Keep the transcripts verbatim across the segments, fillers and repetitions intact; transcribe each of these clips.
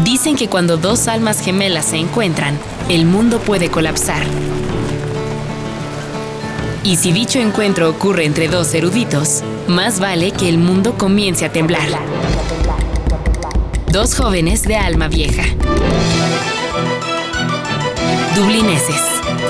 Dicen que cuando dos almas gemelas se encuentran, el mundo puede colapsar. Y si dicho encuentro ocurre entre dos eruditos, más vale que el mundo comience a temblar. Dos jóvenes de alma vieja. Dublineses.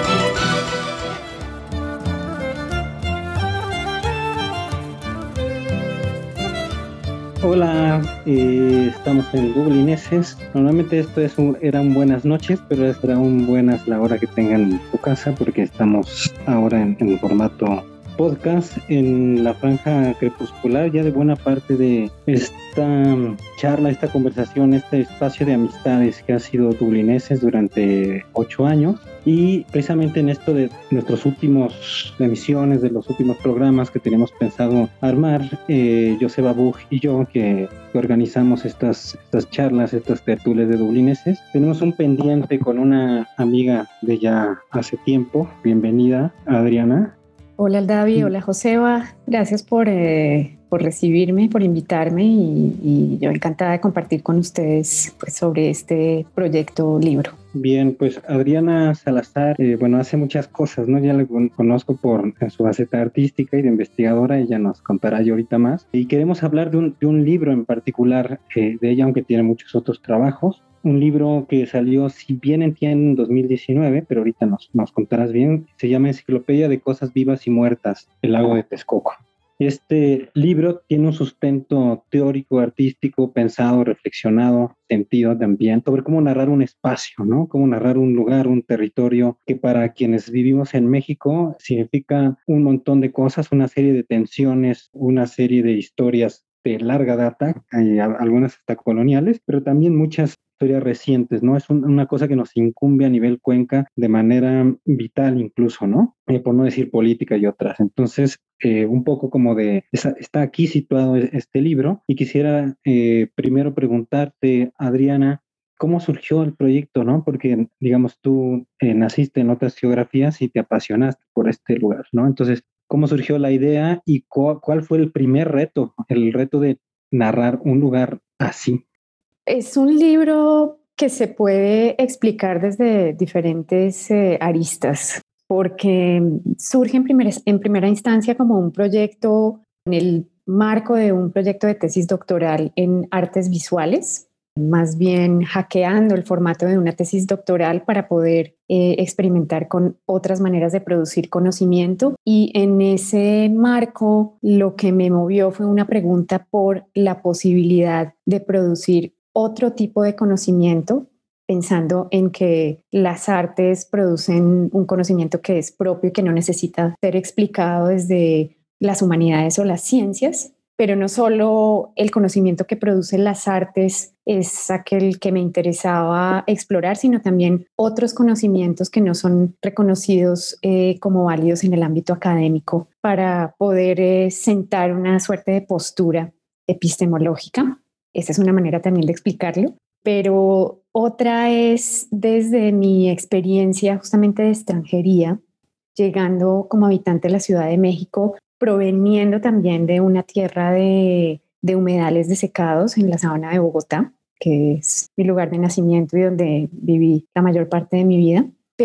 Hola, eh, estamos en Dublineses. Normalmente esto es un, eran buenas noches, pero estará un buenas la hora que tengan en su casa, porque estamos ahora en, en formato podcast, en la franja crepuscular, ya de buena parte de esta charla, esta conversación, este espacio de amistades que ha sido Dublineses durante ocho años. Y precisamente en esto de nuestros últimos emisiones, de los últimos programas que teníamos pensado armar, eh, Joseba Buch y yo, que, que organizamos estas, estas charlas, estas tertulias de Dublineses, tenemos un pendiente con una amiga de ya hace tiempo. Bienvenida, Adriana. Hola Aldavi, hola Joseba, gracias por, eh, por recibirme, por invitarme y, y yo encantada de compartir con ustedes pues, sobre este proyecto libro. Bien, pues Adriana Salazar, eh, bueno, hace muchas cosas, ¿no? Ya la conozco por en su faceta artística y de investigadora, ella nos contará yo ahorita más. Y queremos hablar de un, de un libro en particular eh, de ella, aunque tiene muchos otros trabajos. Un libro que salió, si bien entiendo, en dos mil diecinueve, pero ahorita nos, nos contarás bien. Se llama Enciclopedia de Cosas Vivas y Muertas, el lago de Texcoco. Este libro tiene un sustento teórico, artístico, pensado, reflexionado, sentido también, sobre cómo narrar un espacio, ¿no? Cómo narrar un lugar, un territorio que para quienes vivimos en México significa un montón de cosas, una serie de tensiones, una serie de historias de larga data, hay algunas hasta coloniales, pero también muchas historias recientes, ¿no? Es un, una cosa que nos incumbe a nivel Cuenca de manera vital incluso, ¿no? Eh, por no decir política y otras. Entonces, eh, un poco como de, está, está aquí situado este libro y quisiera eh, primero preguntarte, Adriana, ¿cómo surgió el proyecto, no? Porque, digamos, tú eh, naciste en otras geografías y te apasionaste por este lugar, ¿no? Entonces, ¿cómo surgió la idea y cu- cuál fue el primer reto, el reto de narrar un lugar así? Es un libro que se puede explicar desde diferentes eh, aristas, porque surge en primera, en primera instancia como un proyecto en el marco de un proyecto de tesis doctoral en artes visuales, más bien hackeando el formato de una tesis doctoral para poder eh, experimentar con otras maneras de producir conocimiento. Y en ese marco lo que me movió fue una pregunta por la posibilidad de producir otro tipo de conocimiento, pensando en que las artes producen un conocimiento que es propio y que no necesita ser explicado desde las humanidades o las ciencias. Pero no solo el conocimiento que producen las artes es aquel que me interesaba explorar, sino también otros conocimientos que no son reconocidos eh, como válidos en el ámbito académico para poder eh, sentar una suerte de postura epistemológica. Esa es una manera también de explicarlo. Pero otra es desde mi experiencia justamente de extranjería, llegando como habitante de la Ciudad de México, proveniendo también de una tierra de, de humedales desecados en la sabana de Bogotá, que es mi lugar de nacimiento y donde viví la mayor parte de mi vida,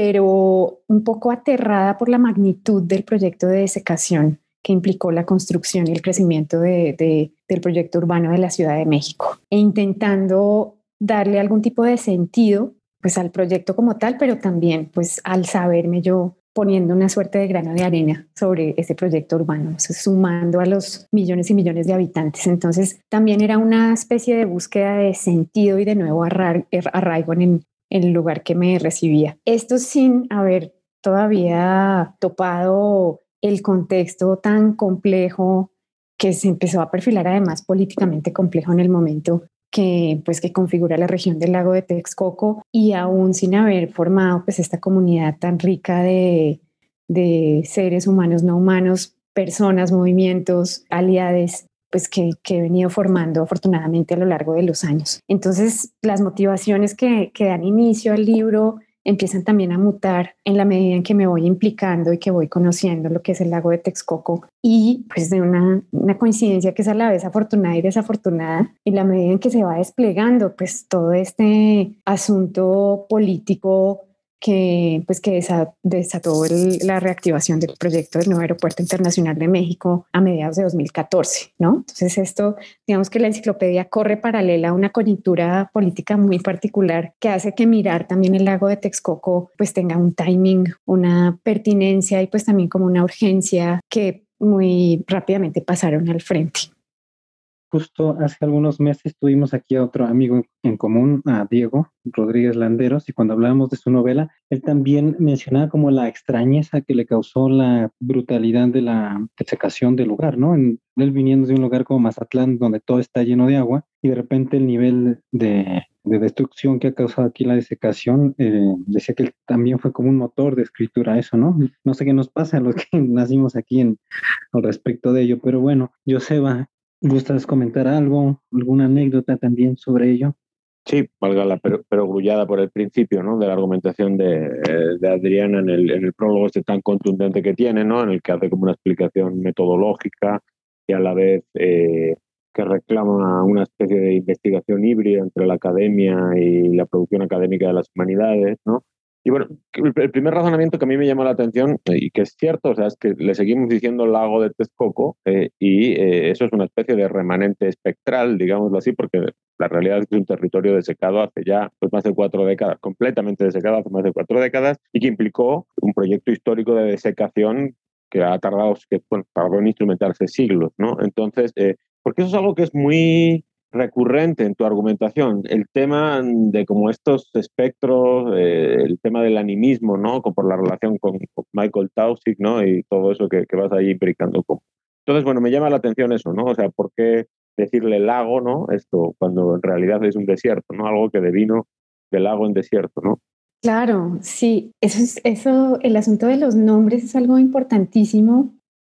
pero un poco aterrada por la magnitud del proyecto de desecación que implicó la construcción y el crecimiento de, de, del proyecto urbano de la Ciudad de México, e intentando darle algún tipo de sentido pues, al proyecto como tal, pero también pues, al saberme yo poniendo una suerte de grano de arena sobre ese proyecto urbano, o sea, sumando a los millones y millones de habitantes. Entonces, también era una especie de búsqueda de sentido y de nuevo arraigo en, en el lugar que me recibía. Esto sin haber todavía topado el contexto tan complejo que se empezó a perfilar, además políticamente complejo en el momento que, pues, que configura la región del lago de Texcoco, y aún sin haber formado pues, esta comunidad tan rica de, de seres humanos, no humanos, personas, movimientos, aliados, pues que, que he venido formando afortunadamente a lo largo de los años. Entonces, las motivaciones que, que dan inicio al libro empiezan también a mutar en la medida en que me voy implicando y que voy conociendo lo que es el lago de Texcoco. Y pues de una, una coincidencia que es a la vez afortunada y desafortunada, en la medida en que se va desplegando pues todo este asunto político que, pues, que desató el, la reactivación del proyecto del nuevo aeropuerto internacional de México a mediados de dos mil catorce, ¿no? Entonces esto, digamos que la enciclopedia corre paralela a una coyuntura política muy particular que hace que mirar también el lago de Texcoco pues tenga un timing, una pertinencia y pues también como una urgencia que muy rápidamente pasaron al frente. Justo hace algunos meses tuvimos aquí a otro amigo en común, a Diego Rodríguez Landeros, y cuando hablábamos de su novela, él también mencionaba como la extrañeza que le causó la brutalidad de la desecación del lugar, ¿no? En, él viniendo de un lugar como Mazatlán, donde todo está lleno de agua, y de repente el nivel de, de destrucción que ha causado aquí la desecación, eh, decía que también fue como un motor de escritura eso, ¿no? No sé qué nos pasa a los que nacimos aquí en, al respecto de ello, pero bueno, Joseba, ¿gustas comentar algo, alguna anécdota también sobre ello? Sí, valga la per- perogrullada por el principio, ¿no? De la argumentación de, de Adriana en el, en el prólogo este tan contundente que tiene, ¿no? En el que hace como una explicación metodológica y a la vez eh, que reclama una especie de investigación híbrida entre la academia y la producción académica de las humanidades, ¿no? Y bueno, el primer razonamiento que a mí me llama la atención, y que es cierto, o sea, es que le seguimos diciendo lago de Texcoco, eh, y eh, eso es una especie de remanente espectral, digámoslo así, porque la realidad es que es un territorio desecado hace ya pues, más de cuatro décadas, completamente desecado hace más de cuatro décadas, y que implicó un proyecto histórico de desecación que ha tardado, que bueno, tardó en instrumentarse siglos, ¿no? Entonces, eh, porque eso es algo que es muy recurrente en tu argumentación, el tema de como estos espectros, eh, el tema del animismo, ¿no? Como por la relación con, con Michael Taussig, ¿no? Y todo eso que, que vas ahí imbricando. Con. Entonces, bueno, me llama la atención eso, ¿no? O sea, ¿por qué decirle lago, ¿no? Esto, cuando en realidad es un desierto, ¿no? Algo que devino de lago en desierto, ¿no? Claro, sí, eso es, eso, el asunto de los nombres es algo importantísimo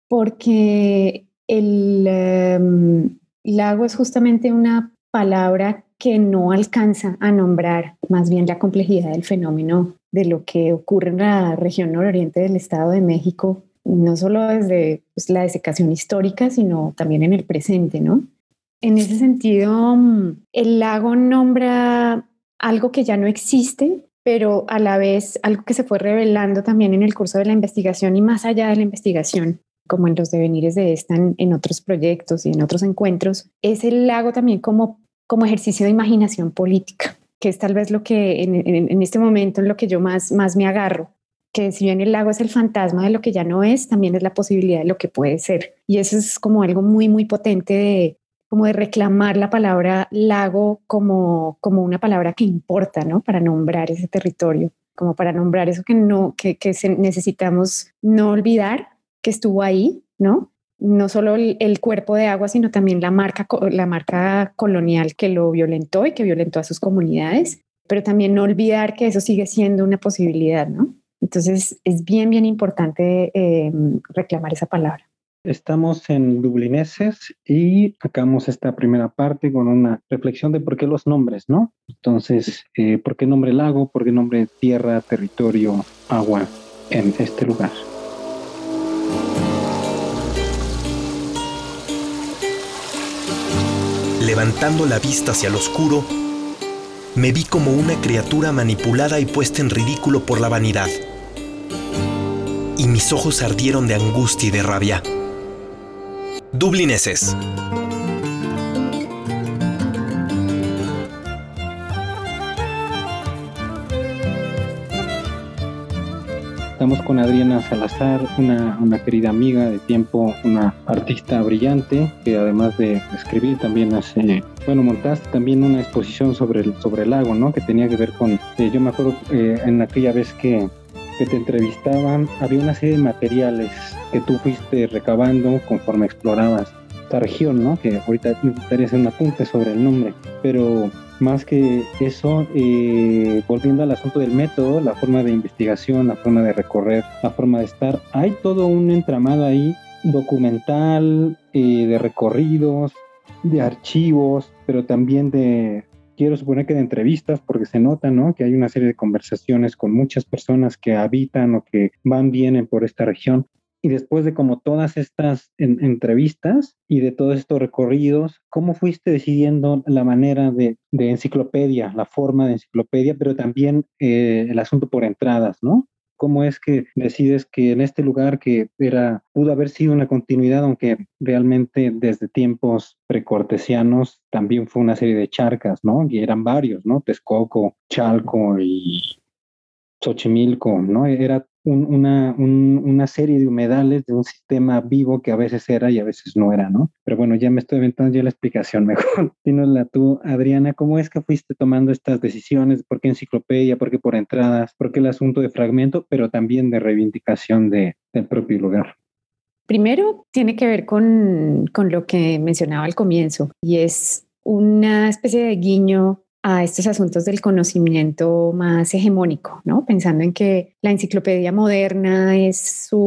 porque el um, lago es justamente una palabra que no alcanza a nombrar más bien la complejidad del fenómeno de lo que ocurre en la región nororiente del Estado de México, no solo desde pues, la desecación histórica, sino también en el presente, ¿no? En ese sentido, el lago nombra algo que ya no existe, pero a la vez algo que se fue revelando también en el curso de la investigación y más allá de la investigación, como en los devenires de esta, en, en otros proyectos y en otros encuentros, es el lago también como, como ejercicio de imaginación política, que es tal vez lo que en, en, en este momento en lo que yo más, más me agarro, que si bien el lago es el fantasma de lo que ya no es, también es la posibilidad de lo que puede ser. Y eso es como algo muy, muy potente de como de reclamar la palabra lago como, como una palabra que importa, ¿no? Para nombrar ese territorio, como para nombrar eso que, no, que, que se, necesitamos no olvidar que estuvo ahí, ¿no? No solo el, el cuerpo de agua, sino también la marca, la marca colonial que lo violentó y que violentó a sus comunidades, pero también no olvidar que eso sigue siendo una posibilidad, ¿no? Entonces es bien, bien importante eh, reclamar esa palabra. Estamos en Dublineses y acabamos esta primera parte con una reflexión de por qué los nombres, ¿no? Entonces, eh, ¿por qué nombre lago? ¿Por qué nombre tierra, territorio, agua en este lugar? Levantando la vista hacia lo oscuro, me vi como una criatura manipulada y puesta en ridículo por la vanidad. Y mis ojos ardieron de angustia y de rabia. Dublineses. Estamos con Adriana Salazar, una, una querida amiga de tiempo, una artista brillante que además de escribir también hace, bueno, montaste también una exposición sobre el, sobre el lago, ¿no? Que tenía que ver con, eh, yo me acuerdo eh, en aquella vez que, que te entrevistaban, había una serie de materiales que tú fuiste recabando conforme explorabas esta región, ¿no? Que ahorita me gustaría hacer un apunte sobre el nombre, pero más que eso, eh, volviendo al asunto del método, la forma de investigación, la forma de recorrer, la forma de estar, hay todo un entramado ahí documental, eh, de recorridos, de archivos, pero también de, quiero suponer que de entrevistas, porque se nota, ¿no?, que hay una serie de conversaciones con muchas personas que habitan o que van, vienen por esta región. Y después de como todas estas en, entrevistas y de todos estos recorridos, ¿cómo fuiste decidiendo la manera de, de enciclopedia, la forma de enciclopedia, pero también eh, el asunto por entradas, ¿no? ¿Cómo es que decides que en este lugar que era, pudo haber sido una continuidad, aunque realmente desde tiempos precortesianos también fue una serie de charcas, ¿no? Y eran varios, ¿no? Texcoco, Chalco y Xochimilco, ¿no? Era un, una, un, una serie de humedales de un sistema vivo que a veces era y a veces no era, ¿no? Pero bueno, ya me estoy inventando yo la explicación mejor. Dínosla tú, Adriana, ¿cómo es que fuiste tomando estas decisiones? ¿Por qué enciclopedia? ¿Por qué por entradas? ¿Por qué el asunto de fragmento? Pero también de reivindicación de, del propio lugar. Primero, tiene que ver con, con lo que mencionaba al comienzo, y es una especie de guiño a estos asuntos del conocimiento más hegemónico, ¿no? Pensando en que la enciclopedia moderna es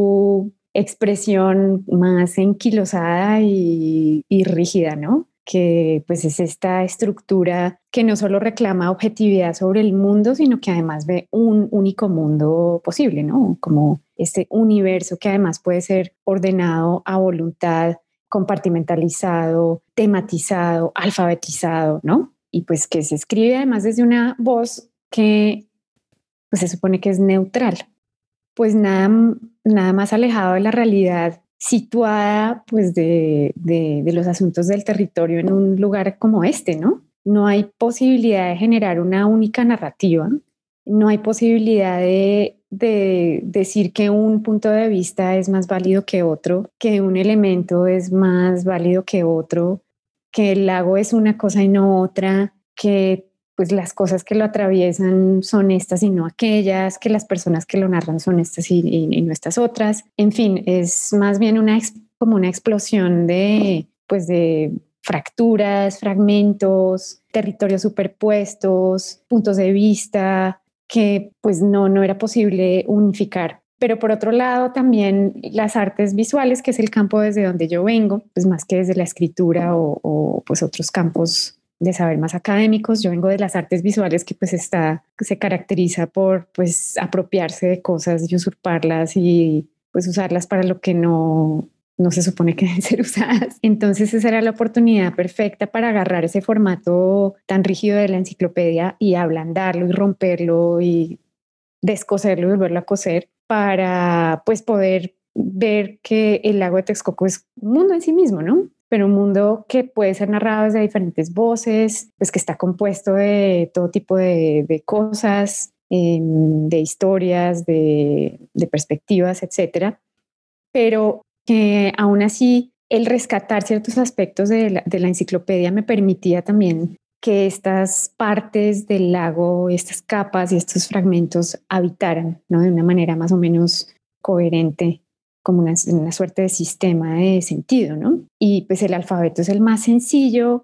su expresión más enquilosada y, y rígida, ¿no? Que pues es esta estructura que no solo reclama objetividad sobre el mundo, sino que además ve un único mundo posible, ¿no? Como este universo que además puede ser ordenado a voluntad, compartimentalizado, tematizado, alfabetizado, ¿no? Y pues que se escribe además desde una voz que pues se supone que es neutral. Pues nada, nada más alejado de la realidad situada pues de, de, de los asuntos del territorio en un lugar como este, ¿no? No hay posibilidad de generar una única narrativa, no hay posibilidad de, de decir que un punto de vista es más válido que otro, que un elemento es más válido que otro, que el lago es una cosa y no otra, que pues las cosas que lo atraviesan son estas y no aquellas, que las personas que lo narran son estas y, y, y no estas otras. En fin, es más bien una como una explosión de, pues de fracturas, fragmentos, territorios superpuestos, puntos de vista que pues no, no era posible unificar. Pero por otro lado también las artes visuales, que es el campo desde donde yo vengo, pues más que desde la escritura o, o pues otros campos de saber más académicos. Yo vengo de las artes visuales, que pues está, se caracteriza por pues apropiarse de cosas y usurparlas y pues usarlas para lo que no, no se supone que deben ser usadas. Entonces esa era la oportunidad perfecta para agarrar ese formato tan rígido de la enciclopedia y ablandarlo y romperlo y descoserlo y volverlo a coser para pues poder ver que el lago de Texcoco es un mundo en sí mismo, ¿no? Pero un mundo que puede ser narrado desde diferentes voces, pues que está compuesto de todo tipo de, de cosas, eh, de historias, de, de perspectivas, etcétera. Pero que aún así el rescatar ciertos aspectos de la, de la enciclopedia me permitía también que estas partes del lago, estas capas y estos fragmentos habitaran, ¿no? De una manera más o menos coherente, como una, una suerte de sistema de sentido, ¿no? Y pues el alfabeto es el más sencillo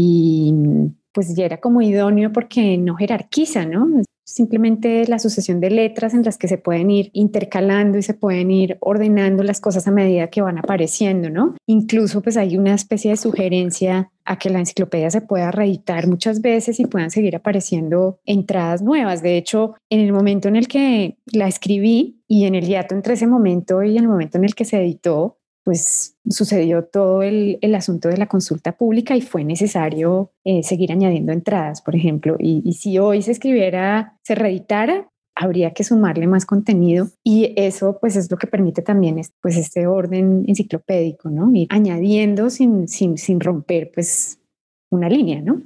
y pues ya era como idóneo porque no jerarquiza, ¿no? Simplemente la sucesión de letras en las que se pueden ir intercalando y se pueden ir ordenando las cosas a medida que van apareciendo, ¿no? Incluso pues hay una especie de sugerencia a que la enciclopedia se pueda reeditar muchas veces y puedan seguir apareciendo entradas nuevas. De hecho, en el momento en el que la escribí y en el hiato entre ese momento y el momento en el que se editó, pues sucedió todo el, el asunto de la consulta pública y fue necesario eh, seguir añadiendo entradas, por ejemplo. Y, y si hoy se escribiera, se reeditara, habría que sumarle más contenido y eso pues es lo que permite también es, pues este orden enciclopédico, ¿no? Ir añadiendo sin, sin, sin romper pues una línea, ¿no?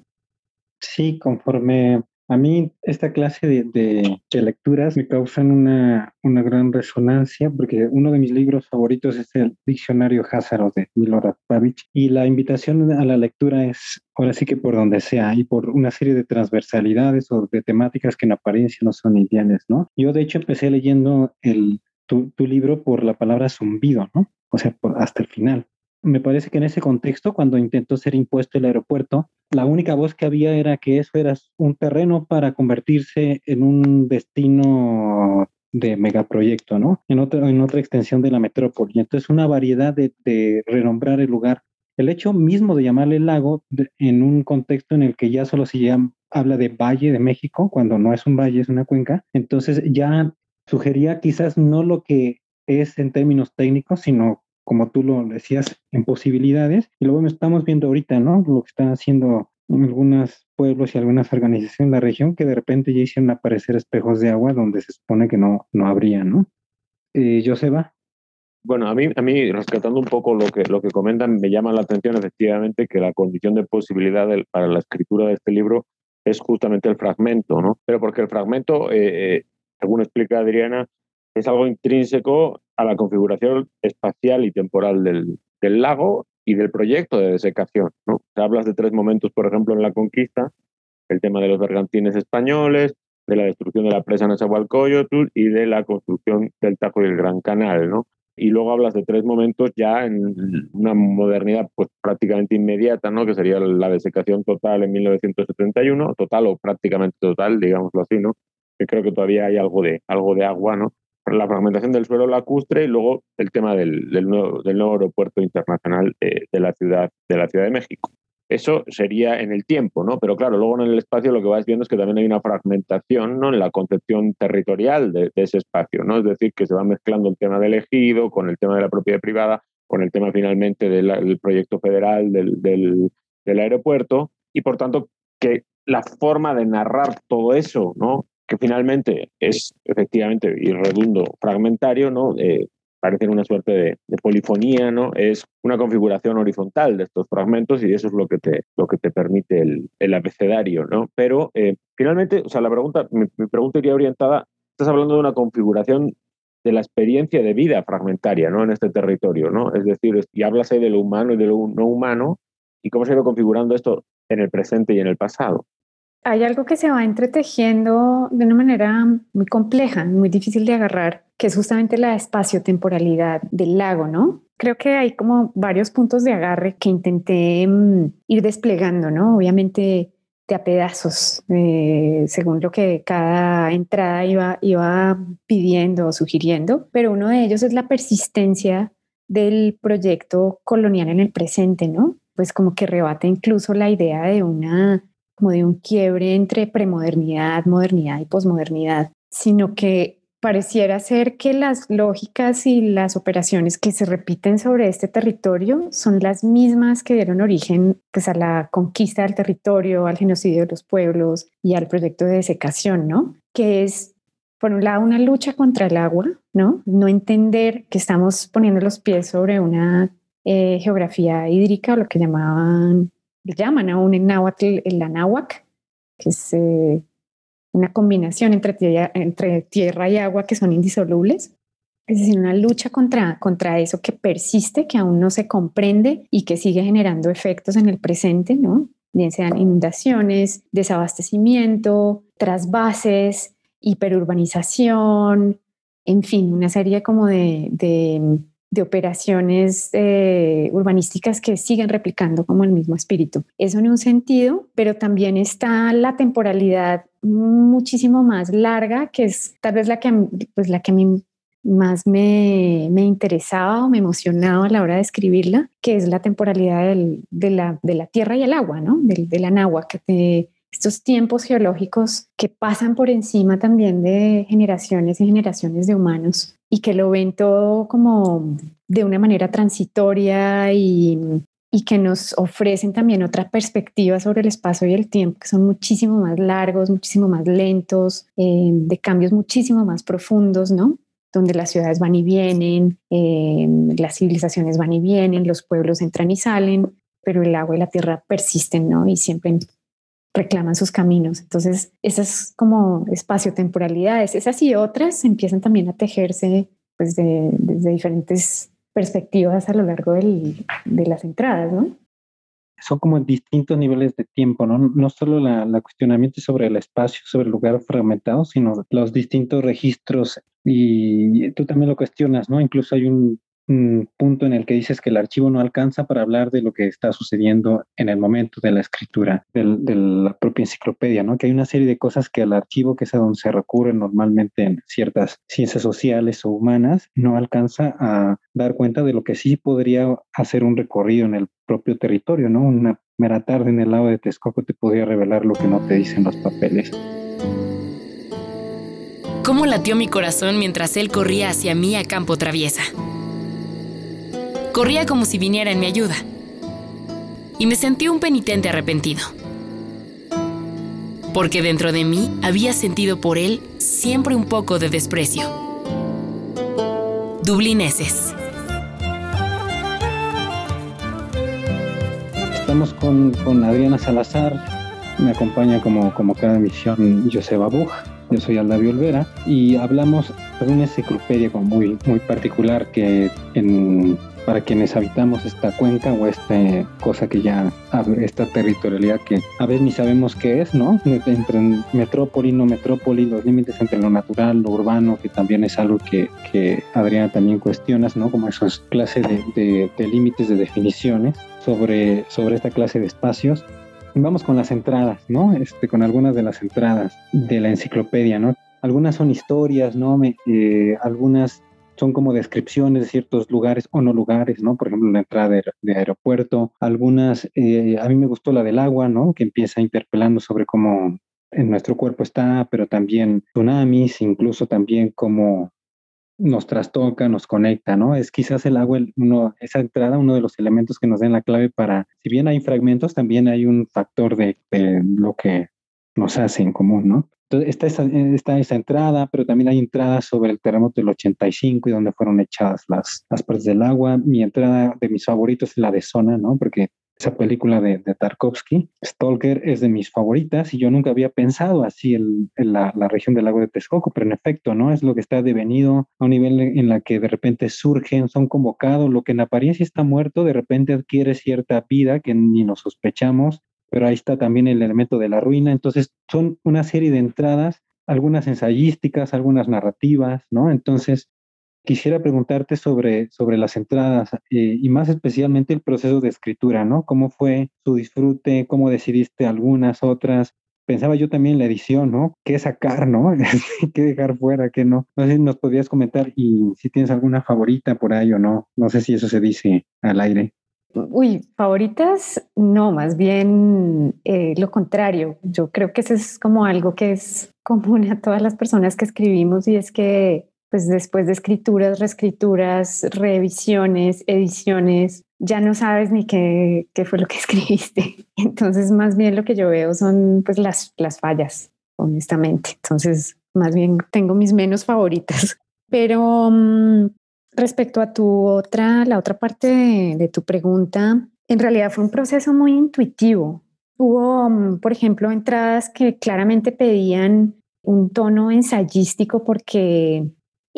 Sí, conforme a mí esta clase de, de, de lecturas me causan una, una gran resonancia porque uno de mis libros favoritos es el Diccionario Házaro de Milorad Pavic y la invitación a la lectura es ahora sí que por donde sea y por una serie de transversalidades o de temáticas que en apariencia no son ideales, ¿no? Yo de hecho empecé leyendo el, tu, tu libro por la palabra zumbido, ¿no? O sea, por, hasta el final. Me parece que en ese contexto, cuando intentó ser impuesto el aeropuerto, la única voz que había era que eso era un terreno para convertirse en un destino de megaproyecto, ¿no? En otra, en otra extensión de la metrópoli. Entonces, una variedad de, de renombrar el lugar. El hecho mismo de llamarle lago de, en un contexto en el que ya solo se llama, habla de valle de México, cuando no es un valle, es una cuenca. Entonces ya sugería quizás no lo que es en términos técnicos, sino como tú lo decías, en posibilidades. Y luego estamos viendo ahorita, ¿no? Lo que están haciendo en algunos pueblos y algunas organizaciones en la región, que de repente ya hicieron aparecer espejos de agua donde se supone que no, no habría, ¿no? Eh, Joseba. Bueno, a mí, a mí, rescatando un poco lo que, lo que comentan, me llama la atención efectivamente que la condición de posibilidad del, para la escritura de este libro es justamente el fragmento, ¿no? Pero porque el fragmento, eh, según explica Adriana, es algo intrínseco a la configuración espacial y temporal del, del lago y del proyecto de desecación, ¿no? Hablas de tres momentos, por ejemplo, en la conquista, el tema de los bergantines españoles, de la destrucción de la presa Nezahualcóyotl y de la construcción del Tajo y el Gran Canal, ¿no? Y luego hablas de tres momentos ya en una modernidad pues prácticamente inmediata, ¿no? Que sería la desecación total en mil novecientos setenta y uno, total o prácticamente total, digámoslo así, ¿no? Que creo que todavía hay algo de, algo de agua, ¿no? La fragmentación del suelo lacustre y luego el tema del, del, nuevo, del nuevo aeropuerto internacional de, de, la ciudad, de la Ciudad de México. Eso sería en el tiempo, ¿no? Pero claro, luego en el espacio lo que vas viendo es que también hay una fragmentación, ¿no? En la concepción territorial de, de ese espacio, ¿no? Es decir, que se va mezclando el tema del ejido con el tema de la propiedad privada, con el tema finalmente del, del proyecto federal del, del, del aeropuerto, y por tanto que la forma de narrar todo eso, ¿no? Que finalmente es efectivamente, y redundo, fragmentario, ¿no? Eh, parece una suerte de, de polifonía, ¿no? Es una configuración horizontal de estos fragmentos y eso es lo que te, lo que te permite el, el abecedario, ¿no? Pero eh, finalmente, o sea, la pregunta, mi, mi pregunta iría orientada, estás hablando de una configuración de la experiencia de vida fragmentaria, ¿no? En este territorio, ¿no? Es decir, y hablas ahí de lo humano y de lo no humano y cómo se ha ido configurando esto en el presente y en el pasado. Hay algo que se va entretejiendo de una manera muy compleja, muy difícil de agarrar, que es justamente la espaciotemporalidad del lago, ¿no? Creo que hay como varios puntos de agarre que intenté um, ir desplegando, ¿no? Obviamente de a pedazos, eh, según lo que cada entrada iba, iba pidiendo o sugiriendo, pero uno de ellos es la persistencia del proyecto colonial en el presente, ¿no? Pues como que rebate incluso la idea de una como de un quiebre entre premodernidad, modernidad y posmodernidad, sino que pareciera ser que las lógicas y las operaciones que se repiten sobre este territorio son las mismas que dieron origen pues, a la conquista del territorio, al genocidio de los pueblos y al proyecto de desecación, ¿no? Que es, por un lado, una lucha contra el agua, ¿no? No entender que estamos poniendo los pies sobre una eh, geografía hídrica, o lo que llamaban llaman aún en náhuatl el anáhuac, que es eh, una combinación entre tierra, entre tierra y agua que son indisolubles. Es decir, una lucha contra, contra eso que persiste, que aún no se comprende y que sigue generando efectos en el presente, ¿no? Bien sean inundaciones, desabastecimiento, trasvases, hiperurbanización, en fin, una serie como de... de de operaciones eh, urbanísticas que siguen replicando como el mismo espíritu. Eso en un sentido, pero también está la temporalidad muchísimo más larga, que es tal vez la que, pues, la que a mí más me, me interesaba o me emocionaba a la hora de escribirla, que es la temporalidad del, de, la, de la tierra y el agua, ¿no? Del, del anáhuac, de estos tiempos geológicos que pasan por encima también de generaciones y generaciones de humanos y que lo ven todo como de una manera transitoria y, y que nos ofrecen también otra perspectiva sobre el espacio y el tiempo, que son muchísimo más largos, muchísimo más lentos, eh, de cambios muchísimo más profundos, ¿no? Donde las ciudades van y vienen, eh, las civilizaciones van y vienen, los pueblos entran y salen, pero el agua y la tierra persisten, ¿no? Y siempre reclaman sus caminos. Entonces, esas como espacio-temporalidades, esas y otras empiezan también a tejerse pues, de, desde diferentes perspectivas a lo largo del, de las entradas, ¿no? Son como distintos niveles de tiempo, ¿no? No solo la, la cuestionamiento sobre el espacio, sobre el lugar fragmentado, sino los distintos registros. Y tú también lo cuestionas, ¿no? Incluso hay un un punto en el que dices que el archivo no alcanza para hablar de lo que está sucediendo en el momento de la escritura del, de la propia enciclopedia, ¿no? Que hay una serie de cosas que el archivo, que es a donde se recurre normalmente en ciertas ciencias sociales o humanas, no alcanza a dar cuenta de lo que sí podría hacer un recorrido en el propio territorio, ¿no? Una mera tarde en el lago de Texcoco te podría revelar lo que no te dicen los papeles. ¿Cómo latió mi corazón mientras él corría hacia mí a campo traviesa? Corría como si viniera en mi ayuda. Y me sentí un penitente arrepentido. Porque dentro de mí había sentido por él siempre un poco de desprecio. Dublineses. Estamos con, con Adriana Salazar. Me acompaña como, como cada emisión Joseba Buch. Yo soy Aldavio Olvera y hablamos de una enciclopedia como muy, muy particular que en, para quienes habitamos esta cuenca o esta cosa que ya, esta territorialidad que a veces ni sabemos qué es, ¿no? Entre metrópoli, no metrópoli, los límites entre lo natural, lo urbano, que también es algo que, que Adriana también cuestionas, ¿no? Como esas clases de, de, de límites, de definiciones sobre, sobre esta clase de espacios. Vamos con las entradas, ¿no? Este, con algunas de las entradas de la enciclopedia, ¿no? Algunas son historias, ¿no? Me, eh, algunas son como descripciones de ciertos lugares o no lugares, ¿no? Por ejemplo, la entrada de, de aeropuerto. Algunas, eh, a mí me gustó la del agua, ¿no? Que empieza interpelando sobre cómo en nuestro cuerpo está, pero también tsunamis, incluso también cómo nos trastoca, nos conecta, ¿no? Es quizás el agua, uno, esa entrada, uno de los elementos que nos den la clave para, si bien hay fragmentos, también hay un factor de, de lo que nos hace en común, ¿no? Entonces está esa, está esa entrada, pero también hay entradas sobre el terremoto del ochenta y cinco y donde fueron echadas las, las partes del agua. Mi entrada de mis favoritos es la de Zona, ¿no? Porque esa película de, de Tarkovsky, Stalker, es de mis favoritas y yo nunca había pensado así en la, la región del lago de Texcoco, pero en efecto, ¿no? Es lo que está devenido a un nivel en la que de repente surgen, son convocados, lo que en apariencia está muerto, de repente adquiere cierta vida que ni nos sospechamos, pero ahí está también el elemento de la ruina. Entonces son una serie de entradas, algunas ensayísticas, algunas narrativas, ¿no? Entonces quisiera preguntarte sobre, sobre las entradas eh, y más especialmente el proceso de escritura, ¿no? ¿Cómo fue tu disfrute? ¿Cómo decidiste algunas, otras? Pensaba yo también en la edición, ¿no? ¿Qué sacar, no? ¿Qué dejar fuera, qué no? No sé si nos podrías comentar y si tienes alguna favorita por ahí o no. No sé si eso se dice al aire. Uy, favoritas, no, más bien eh, lo contrario. Yo creo que eso es como algo que es común a todas las personas que escribimos y es que pues después de escrituras, reescrituras, revisiones, ediciones, ya no sabes ni qué, qué fue lo que escribiste. Entonces, más bien lo que yo veo son pues las, las fallas, honestamente. Entonces, más bien tengo mis menos favoritas. Pero um, respecto a tu otra, la otra parte de, de tu pregunta, en realidad fue un proceso muy intuitivo. Hubo, um, por ejemplo, entradas que claramente pedían un tono ensayístico porque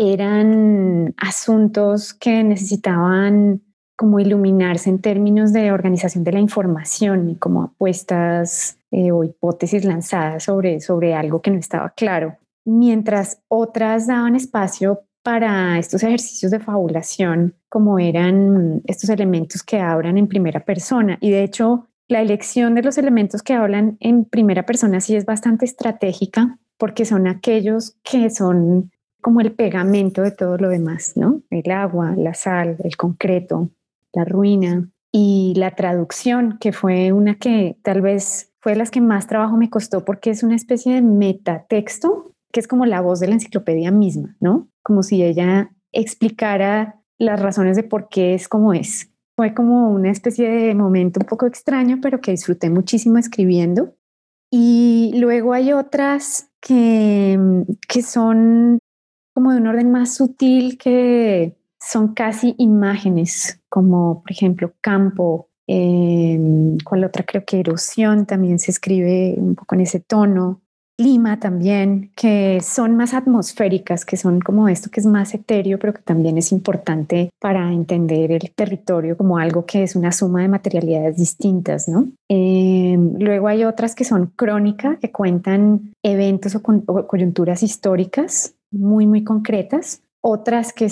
eran asuntos que necesitaban como iluminarse en términos de organización de la información y como apuestas eh, o hipótesis lanzadas sobre, sobre algo que no estaba claro, mientras otras daban espacio para estos ejercicios de fabulación, como eran estos elementos que hablan en primera persona. Y de hecho, la elección de los elementos que hablan en primera persona sí es bastante estratégica, porque son aquellos que son como el pegamento de todo lo demás, ¿no? El agua, la sal, el concreto, la ruina y la traducción, que fue una que tal vez fue de las que más trabajo me costó porque es una especie de metatexto que es como la voz de la enciclopedia misma, ¿no? Como si ella explicara las razones de por qué es como es. Fue como una especie de momento un poco extraño, pero que disfruté muchísimo escribiendo. Y luego hay otras que, que son como de un orden más sutil, que son casi imágenes, como por ejemplo campo, eh, ¿cuál otra? Creo que erosión también se escribe un poco en ese tono, clima también, que son más atmosféricas, que son como esto que es más etéreo, pero que también es importante para entender el territorio como algo que es una suma de materialidades distintas, ¿no? Eh, luego hay otras que son crónica, que cuentan eventos o, con, o coyunturas históricas muy, muy concretas. otras que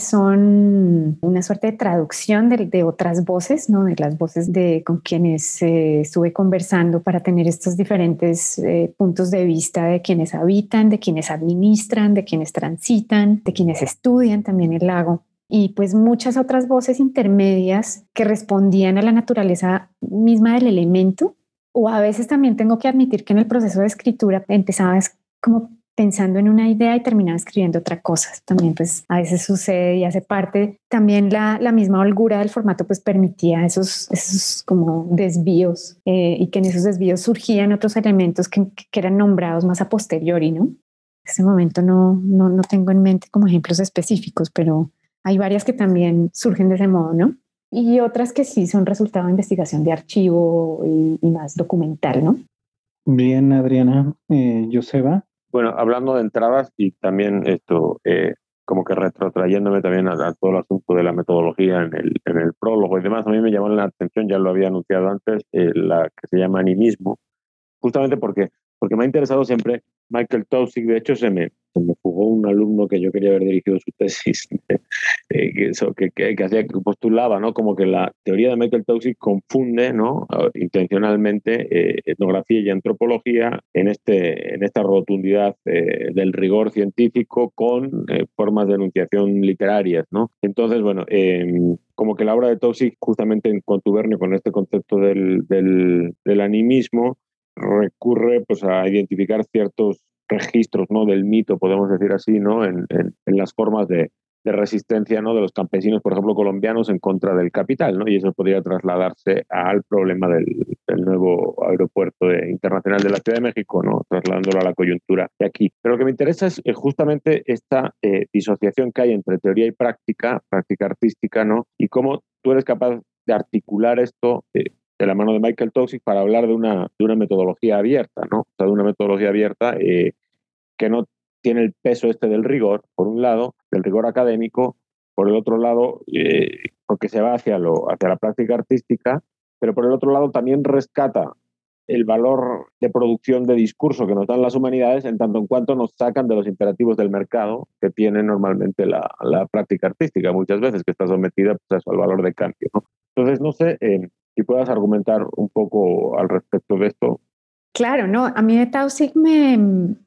son una suerte de traducción de, de otras voces, ¿no? De las voces de con quienes eh, estuve conversando para tener estos diferentes eh, puntos de vista de quienes habitan, de quienes administran, de quienes transitan, de quienes estudian también el lago. Y pues muchas otras voces intermedias que respondían a la naturaleza misma del elemento. O a veces también tengo que admitir que en el proceso de escritura empezaba como pensando en una idea y terminaba escribiendo otra cosa. También pues a veces sucede y hace parte. También la, la misma holgura del formato pues permitía esos, esos como desvíos eh, y que en esos desvíos surgían otros elementos que, que eran nombrados más a posteriori, ¿no? En este momento no, no, no tengo en mente como ejemplos específicos, pero hay varias que también surgen de ese modo, ¿no? Y otras que sí son resultado de investigación de archivo y, y más documental, ¿no? Bien, Adriana. Eh, Joseba. Bueno, hablando de entradas y también esto, eh, como que retrotrayéndome también a, a todo el asunto de la metodología en el, en el prólogo y demás, a mí me llamó la atención, ya lo había anunciado antes, eh, la que se llama Animismo, justamente porque, porque me ha interesado siempre Michael Taussig. De hecho, se me, se me fugó un alumno que yo quería haber dirigido su tesis, eh, que, eso, que, que, que, hacía, que postulaba, ¿no? Como que la teoría de Michael Taussig confunde, ¿no? intencionalmente eh, etnografía y antropología en, este, en esta rotundidad eh, del rigor científico con eh, formas de enunciación literarias, ¿no? Entonces, bueno, eh, como que la obra de Taussig, justamente en contubernio con este concepto del, del, del animismo, recurre pues a identificar ciertos registros, ¿no? del mito, podemos decir así, ¿no? en, en, en las formas de, de resistencia, ¿no? de los campesinos, por ejemplo, colombianos en contra del capital, ¿no? Y eso podría trasladarse al problema del, del nuevo aeropuerto de, internacional de la Ciudad de México, ¿no? trasladándolo a la coyuntura de aquí. Pero lo que me interesa es eh, justamente esta eh, disociación que hay entre teoría y práctica, práctica artística, ¿no? Y cómo tú eres capaz de articular esto eh, de la mano de Michael Taussig para hablar de una, de una metodología abierta, ¿no? O sea, de una metodología abierta eh, que no tiene el peso este del rigor, por un lado, del rigor académico, por el otro lado, eh, porque se va hacia, lo, hacia la práctica artística, pero por el otro lado también rescata el valor de producción de discurso que nos dan las humanidades en tanto en cuanto nos sacan de los imperativos del mercado que tiene normalmente la, la práctica artística, muchas veces, que está sometida pues, al valor de cambio, ¿no? Entonces, no sé eh, si puedas argumentar un poco al respecto de esto. Claro, no, a mí de Taussig me,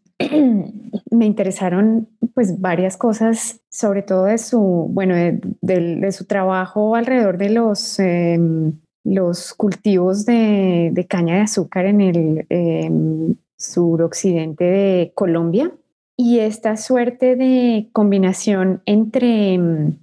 me interesaron pues varias cosas, sobre todo de su, bueno, de, de, de su trabajo alrededor de los, eh, los cultivos de, de caña de azúcar en el eh, suroccidente de Colombia y esta suerte de combinación entre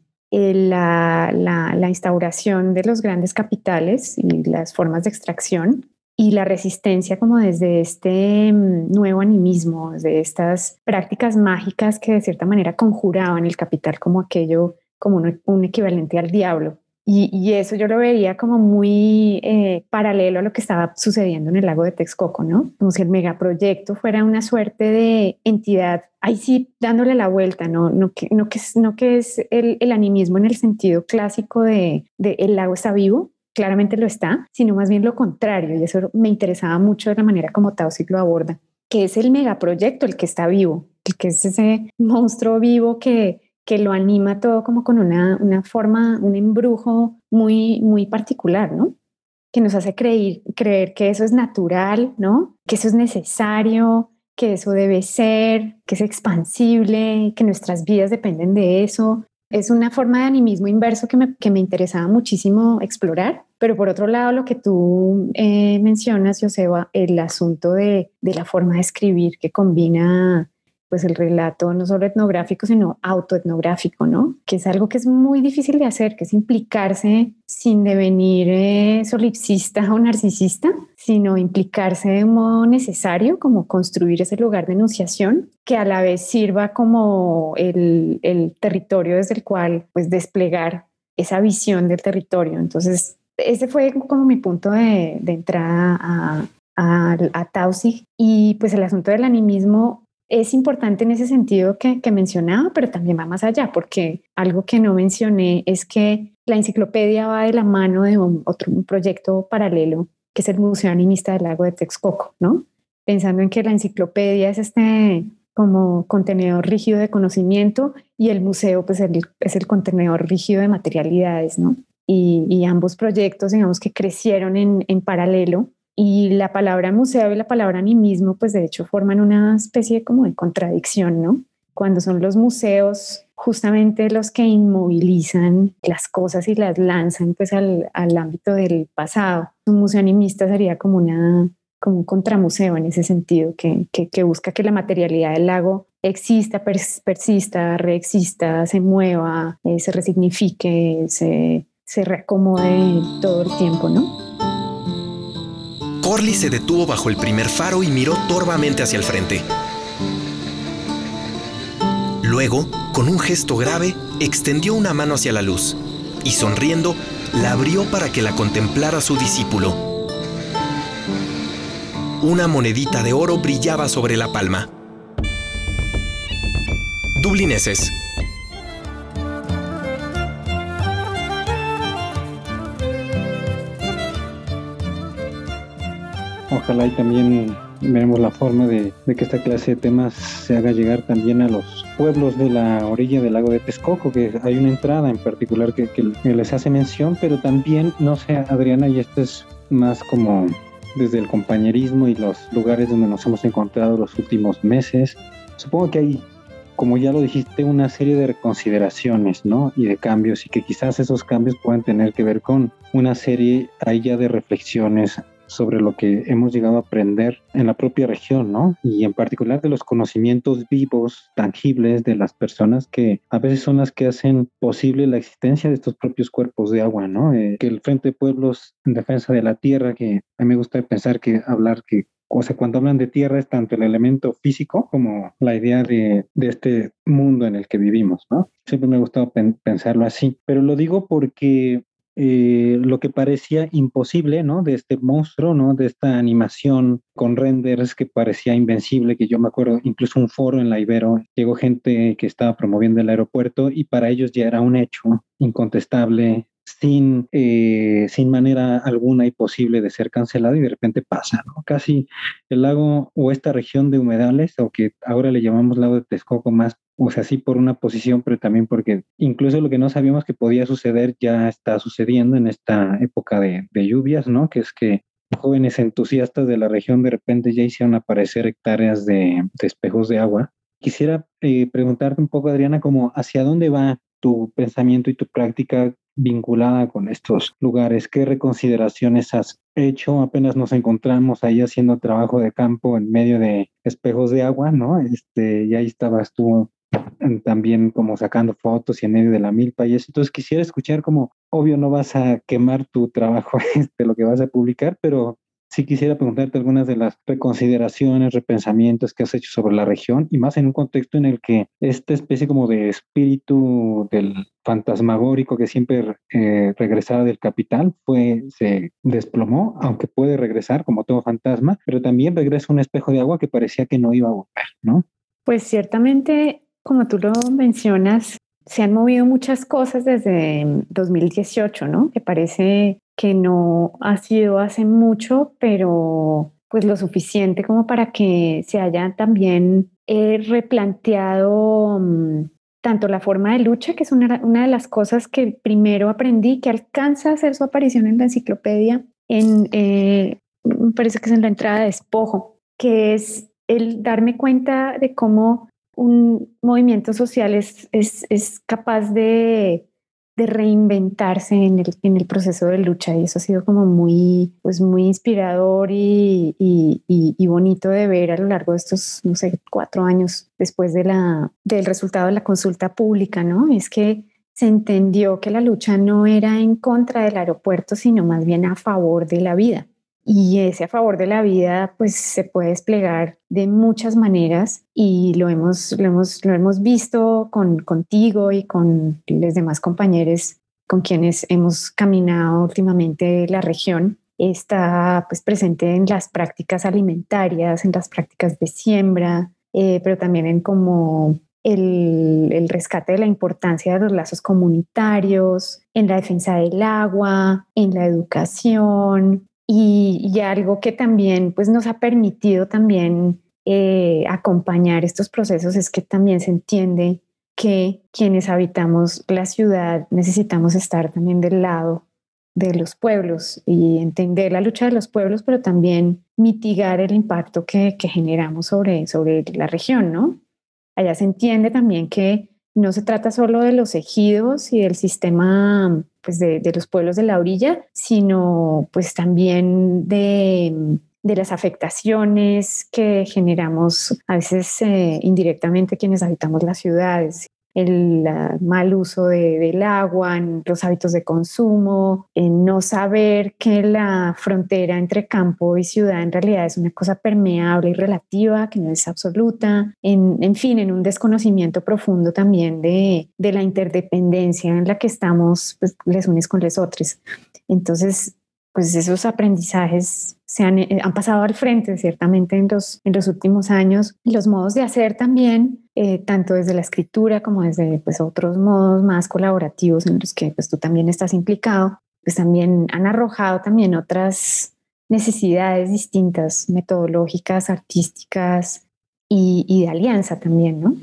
La, la, la instauración de los grandes capitales y las formas de extracción y la resistencia como desde este nuevo animismo, desde estas prácticas mágicas que de cierta manera conjuraban el capital como aquello, como un, un equivalente al diablo. Y, y eso yo lo veía como muy eh, paralelo a lo que estaba sucediendo en el lago de Texcoco, ¿no? Como si el megaproyecto fuera una suerte de entidad, ahí sí, dándole la vuelta, ¿no? No que, no que, no que es el, el animismo en el sentido clásico de, de el lago está vivo, claramente lo está, sino más bien lo contrario. Y eso me interesaba mucho de la manera como Taussig lo aborda, que es el megaproyecto el que está vivo, el que es ese monstruo vivo que que lo anima todo como con una, una forma, un embrujo muy, muy particular, ¿no? Que nos hace creer, creer que eso es natural, ¿no? Que eso es necesario, que eso debe ser, que es expansible, que nuestras vidas dependen de eso. Es una forma de animismo inverso que me, que me interesaba muchísimo explorar. Pero por otro lado, lo que tú eh, mencionas, Joseba, el asunto de, de la forma de escribir que combina pues el relato no solo etnográfico, sino autoetnográfico, ¿no? Que es algo que es muy difícil de hacer, que es implicarse sin devenir eh, solipsista o narcisista, sino implicarse de un modo necesario, como construir ese lugar de enunciación, que a la vez sirva como el, el territorio desde el cual pues desplegar esa visión del territorio. Entonces, ese fue como mi punto de, de entrada a, a, a Taussig. Y pues el asunto del animismo es importante en ese sentido que, que mencionaba, pero también va más allá, porque algo que no mencioné es que la enciclopedia va de la mano de un, otro, un proyecto paralelo, que es el Museo Animista del Lago de Texcoco, ¿no? Pensando en que la enciclopedia es este como contenedor rígido de conocimiento, y el museo pues el, es el contenedor rígido de materialidades, ¿no? Y, y ambos proyectos, digamos que crecieron en, en paralelo, y la palabra museo y la palabra animismo pues de hecho forman una especie como de contradicción, ¿no? Cuando son los museos justamente los que inmovilizan las cosas y las lanzan pues al, al ámbito del pasado. Un museo animista sería como una como un contramuseo en ese sentido, que, que, que busca que la materialidad del lago exista, pers persista, reexista, se mueva, eh, se resignifique, se, se reacomode todo el tiempo, ¿no? Corley se detuvo bajo el primer faro y miró torvamente hacia el frente. Luego, con un gesto grave, extendió una mano hacia la luz y, sonriendo, la abrió para que la contemplara su discípulo. Una monedita de oro brillaba sobre la palma. Dublineses. Ojalá y también veremos la forma de, de que esta clase de temas se haga llegar también a los pueblos de la orilla del lago de Texcoco, que hay una entrada en particular que, que les hace mención, pero también, no sé, Adriana, y esto es más como desde el compañerismo y los lugares donde nos hemos encontrado los últimos meses, supongo que hay, como ya lo dijiste, una serie de reconsideraciones, ¿no? Y de cambios, y que quizás esos cambios puedan tener que ver con una serie ahí ya de reflexiones sobre lo que hemos llegado a aprender en la propia región, ¿no? Y en particular de los conocimientos vivos, tangibles de las personas que a veces son las que hacen posible la existencia de estos propios cuerpos de agua, ¿no? Eh, que el Frente de Pueblos en Defensa de la Tierra, que a mí me gusta pensar que hablar que o sea, cuando hablan de tierra es tanto el elemento físico como la idea de, de este mundo en el que vivimos, ¿no? Siempre me ha gustado pen, pensarlo así, pero lo digo porque Eh, lo que parecía imposible, ¿no? De este monstruo, ¿no? De esta animación con renders que parecía invencible, que yo me acuerdo, incluso un foro en la Ibero, llegó gente que estaba promoviendo el aeropuerto y para ellos ya era un hecho incontestable, sin, eh, sin manera alguna y posible de ser cancelado, y de repente pasa, ¿no? Casi el lago o esta región de humedales, o que ahora le llamamos lago de Texcoco más, o sea, sí por una posición, pero también porque incluso lo que no sabíamos que podía suceder ya está sucediendo en esta época de, de lluvias, ¿no? Que es que jóvenes entusiastas de la región de repente ya hicieron aparecer hectáreas de, de espejos de agua. Quisiera eh, preguntarte un poco, Adriana, como hacia dónde va tu pensamiento y tu práctica vinculada con estos lugares. ¿Qué reconsideraciones has hecho? Apenas nos encontramos ahí haciendo trabajo de campo en medio de espejos de agua, ¿no? Este, y ahí estabas tú también como sacando fotos y en medio de la milpa y eso. Entonces quisiera escuchar como, obvio no vas a quemar tu trabajo, este, lo que vas a publicar, pero sí quisiera preguntarte algunas de las reconsideraciones, repensamientos que has hecho sobre la región, y más en un contexto en el que esta especie como de espíritu del fantasmagórico que siempre eh, regresaba del capital fue, se desplomó, aunque puede regresar como todo fantasma, pero también regresa un espejo de agua que parecía que no iba a volver, ¿no? Pues ciertamente, como tú lo mencionas, se han movido muchas cosas desde dos mil dieciocho, ¿no? Que parece que no ha sido hace mucho, pero pues lo suficiente como para que se haya también eh, replanteado um, tanto la forma de lucha, que es una, una de las cosas que primero aprendí, que alcanza a hacer su aparición en la enciclopedia, en, eh, me parece que es en la entrada de Despojo, que es el darme cuenta de cómo un movimiento social es, es, es capaz de, de reinventarse en el, en el proceso de lucha, y eso ha sido como muy, pues muy inspirador y, y, y, y bonito de ver a lo largo de estos, no sé, cuatro años después de la, del resultado de la consulta pública, ¿no? Es que se entendió que la lucha no era en contra del aeropuerto, sino más bien a favor de la vida. Y ese a favor de la vida pues se puede desplegar de muchas maneras, y lo hemos, lo hemos, lo hemos visto con, contigo y con los demás compañeros con quienes hemos caminado últimamente la región. Está pues presente en las prácticas alimentarias, en las prácticas de siembra, eh, pero también en como el, el rescate de la importancia de los lazos comunitarios, en la defensa del agua, en la educación. Y, y algo que también pues, nos ha permitido también eh, acompañar estos procesos es que también se entiende que quienes habitamos la ciudad necesitamos estar también del lado de los pueblos y entender la lucha de los pueblos, pero también mitigar el impacto que, que generamos sobre, sobre la región, ¿no? Allá se entiende también que no se trata solo de los ejidos y del sistema pues, de, de los pueblos de la orilla, sino pues también de, de las afectaciones que generamos a veces eh, indirectamente quienes habitamos las ciudades. El uh, mal uso de, del agua, los hábitos de consumo, en no saber que la frontera entre campo y ciudad en realidad es una cosa permeable y relativa, que no es absoluta, en, en fin, en un desconocimiento profundo también de, de la interdependencia en la que estamos pues, les unes con les otros. Entonces, pues esos aprendizajes se han, han pasado al frente ciertamente en los, en los últimos años. Los modos de hacer también, eh, tanto desde la escritura como desde pues, otros modos más colaborativos en los que pues, tú también estás implicado, pues también han arrojado también otras necesidades distintas, metodológicas, artísticas y, y de alianza también, ¿no?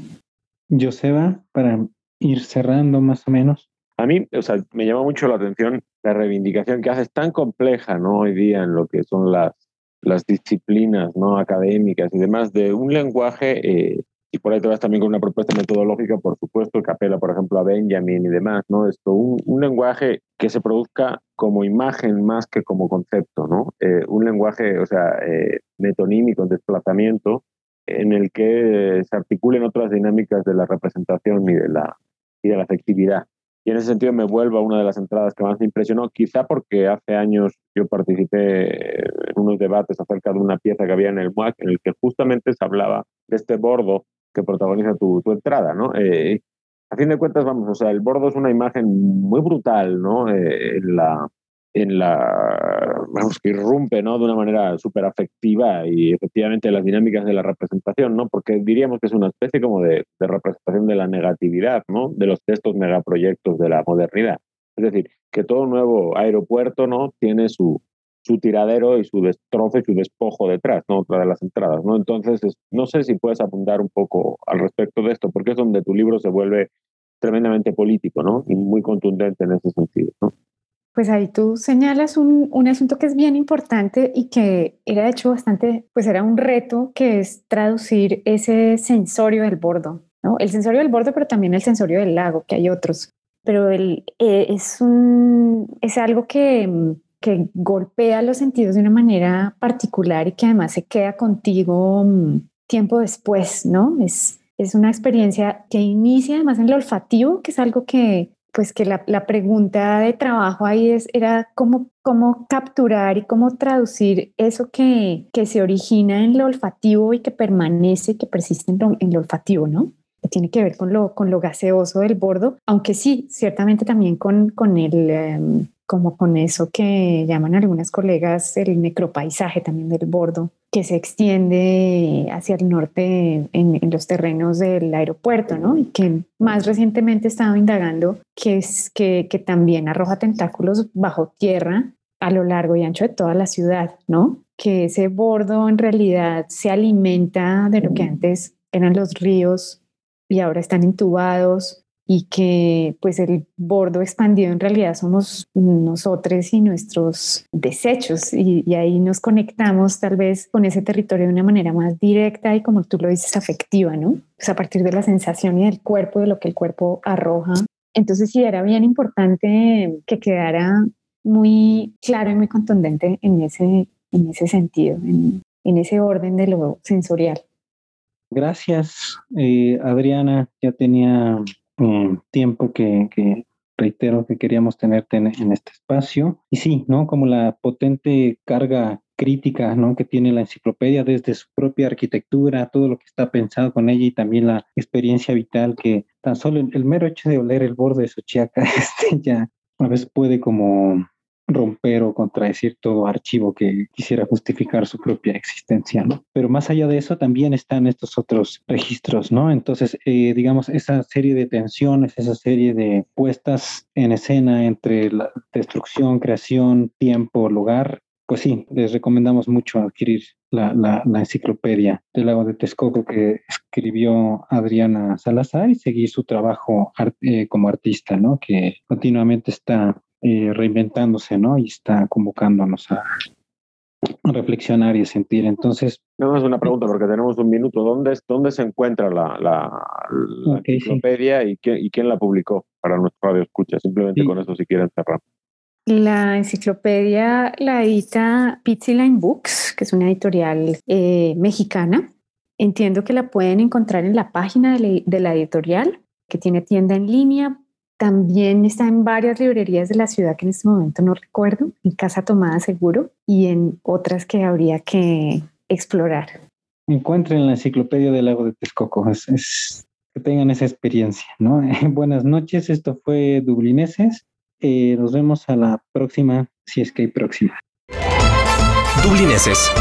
Joseba, para ir cerrando más o menos. A mí, o sea, me llama mucho la atención la reivindicación que haces tan compleja, ¿no? Hoy día en lo que son las, las disciplinas, ¿no? Académicas y demás, de un lenguaje, eh, y por ahí te vas también con una propuesta metodológica, por supuesto, que apela, por ejemplo, a Benjamin y demás, ¿no? Esto, un, un lenguaje que se produzca como imagen más que como concepto, ¿no? Eh, un lenguaje, o sea, eh, metonímico, en desplazamiento, en el que se articulen otras dinámicas de la representación y de la, y de la afectividad. Y en ese sentido me vuelvo a una de las entradas que más me impresionó, quizá porque hace años yo participé en unos debates acerca de una pieza que había en el M U A C, en el que justamente se hablaba de este bordo que protagoniza tu, tu entrada, ¿no? Eh, a fin de cuentas, vamos, o sea, el bordo es una imagen muy brutal, ¿no? Eh, en la, en la, vamos, que irrumpe, ¿no? De una manera súper afectiva y efectivamente las dinámicas de la representación, ¿no? Porque diríamos que es una especie como de, de representación de la negatividad, ¿no? De los de estos megaproyectos de la modernidad. Es decir, que todo nuevo aeropuerto, ¿no? Tiene su, su tiradero y su destrozo y su despojo detrás, ¿no? Otra de las entradas, ¿no? Entonces, es, no sé si puedes apuntar un poco al respecto de esto, porque es donde tu libro se vuelve tremendamente político, ¿no? Y muy contundente en ese sentido, ¿no? Pues ahí tú señalas un, un asunto que es bien importante y que era de hecho bastante, pues era un reto, que es traducir ese sensorio del bordo, ¿no? El sensorio del bordo, pero también el sensorio del lago, que hay otros. Pero el, eh, es, un, es algo que, que golpea los sentidos de una manera particular y que además se queda contigo um, tiempo después, ¿no? Es, es una experiencia que inicia además en lo olfativo, que es algo que pues que la, la pregunta de trabajo ahí es, era cómo, cómo capturar y cómo traducir eso que, que se origina en lo olfativo y que permanece, que persiste en lo, en lo olfativo, ¿no? Que tiene que ver con lo, con lo gaseoso del bordo, aunque sí, ciertamente también con, con el, um, como con eso que llaman algunas colegas el necropaisaje también del bordo, que se extiende hacia el norte en, en los terrenos del aeropuerto, ¿no? Y que más recientemente he estado indagando que, es, que, que también arroja tentáculos bajo tierra a lo largo y ancho de toda la ciudad, ¿no? Que ese bordo en realidad se alimenta de lo que antes eran los ríos y ahora están entubados, y que pues el bordo expandido en realidad somos nosotros y nuestros desechos, y, y ahí nos conectamos tal vez con ese territorio de una manera más directa y, como tú lo dices, afectiva, ¿no? Pues a partir de la sensación y del cuerpo, de lo que el cuerpo arroja. Entonces sí, era bien importante que quedara muy claro y muy contundente en ese, en ese sentido, en, en ese orden de lo sensorial. Gracias, eh, Adriana. Ya tenía Eh, tiempo que, que reitero que queríamos tenerte en, en este espacio. Y sí, ¿no? Como la potente carga crítica, ¿no? Que tiene la enciclopedia desde su propia arquitectura, todo lo que está pensado con ella y también la experiencia vital que tan solo el, el mero hecho de oler el borde de Suchiaca este, ya a veces puede como romper o contradecir todo archivo que quisiera justificar su propia existencia, ¿no? Pero más allá de eso también están estos otros registros, ¿no? Entonces, eh, digamos, esa serie de tensiones, esa serie de puestas en escena entre la destrucción, creación, tiempo, lugar, pues sí, les recomendamos mucho adquirir la, la, la enciclopedia del lago de Texcoco que escribió Adriana Salazar y seguir su trabajo art, eh, como artista, ¿no? Que continuamente está eh, reinventándose, ¿no? Y está convocándonos a, a reflexionar y a sentir. Entonces... No, es una pregunta porque tenemos un minuto. ¿Dónde, dónde se encuentra la, la, la okay, enciclopedia sí. y, quién, y quién la publicó para nuestro radio escucha? Simplemente sí. Con eso si quieren cerrar. La enciclopedia la edita Pizziline Books, que es una editorial eh, mexicana. Entiendo que la pueden encontrar en la página de la, de la editorial, que tiene tienda en línea. También está en varias librerías de la ciudad que en este momento no recuerdo, en Casa Tomada seguro, y en otras que habría que explorar. Encuentren la enciclopedia del lago de Texcoco, es, es, que tengan esa experiencia, ¿no? Buenas noches, esto fue Dublineses. Eh, nos vemos a la próxima, si es que hay próxima. Dublineses.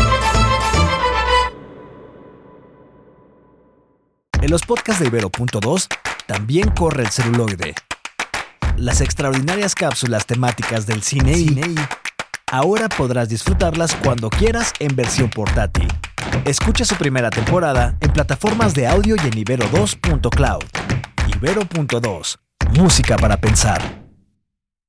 En los podcasts de Ibero punto dos también corre el celuloide. Las extraordinarias cápsulas temáticas del cine y ahora podrás disfrutarlas cuando quieras en versión portátil. Escucha su primera temporada en plataformas de audio y en ibero dos punto cloud. Ibero punto dos. Música para pensar.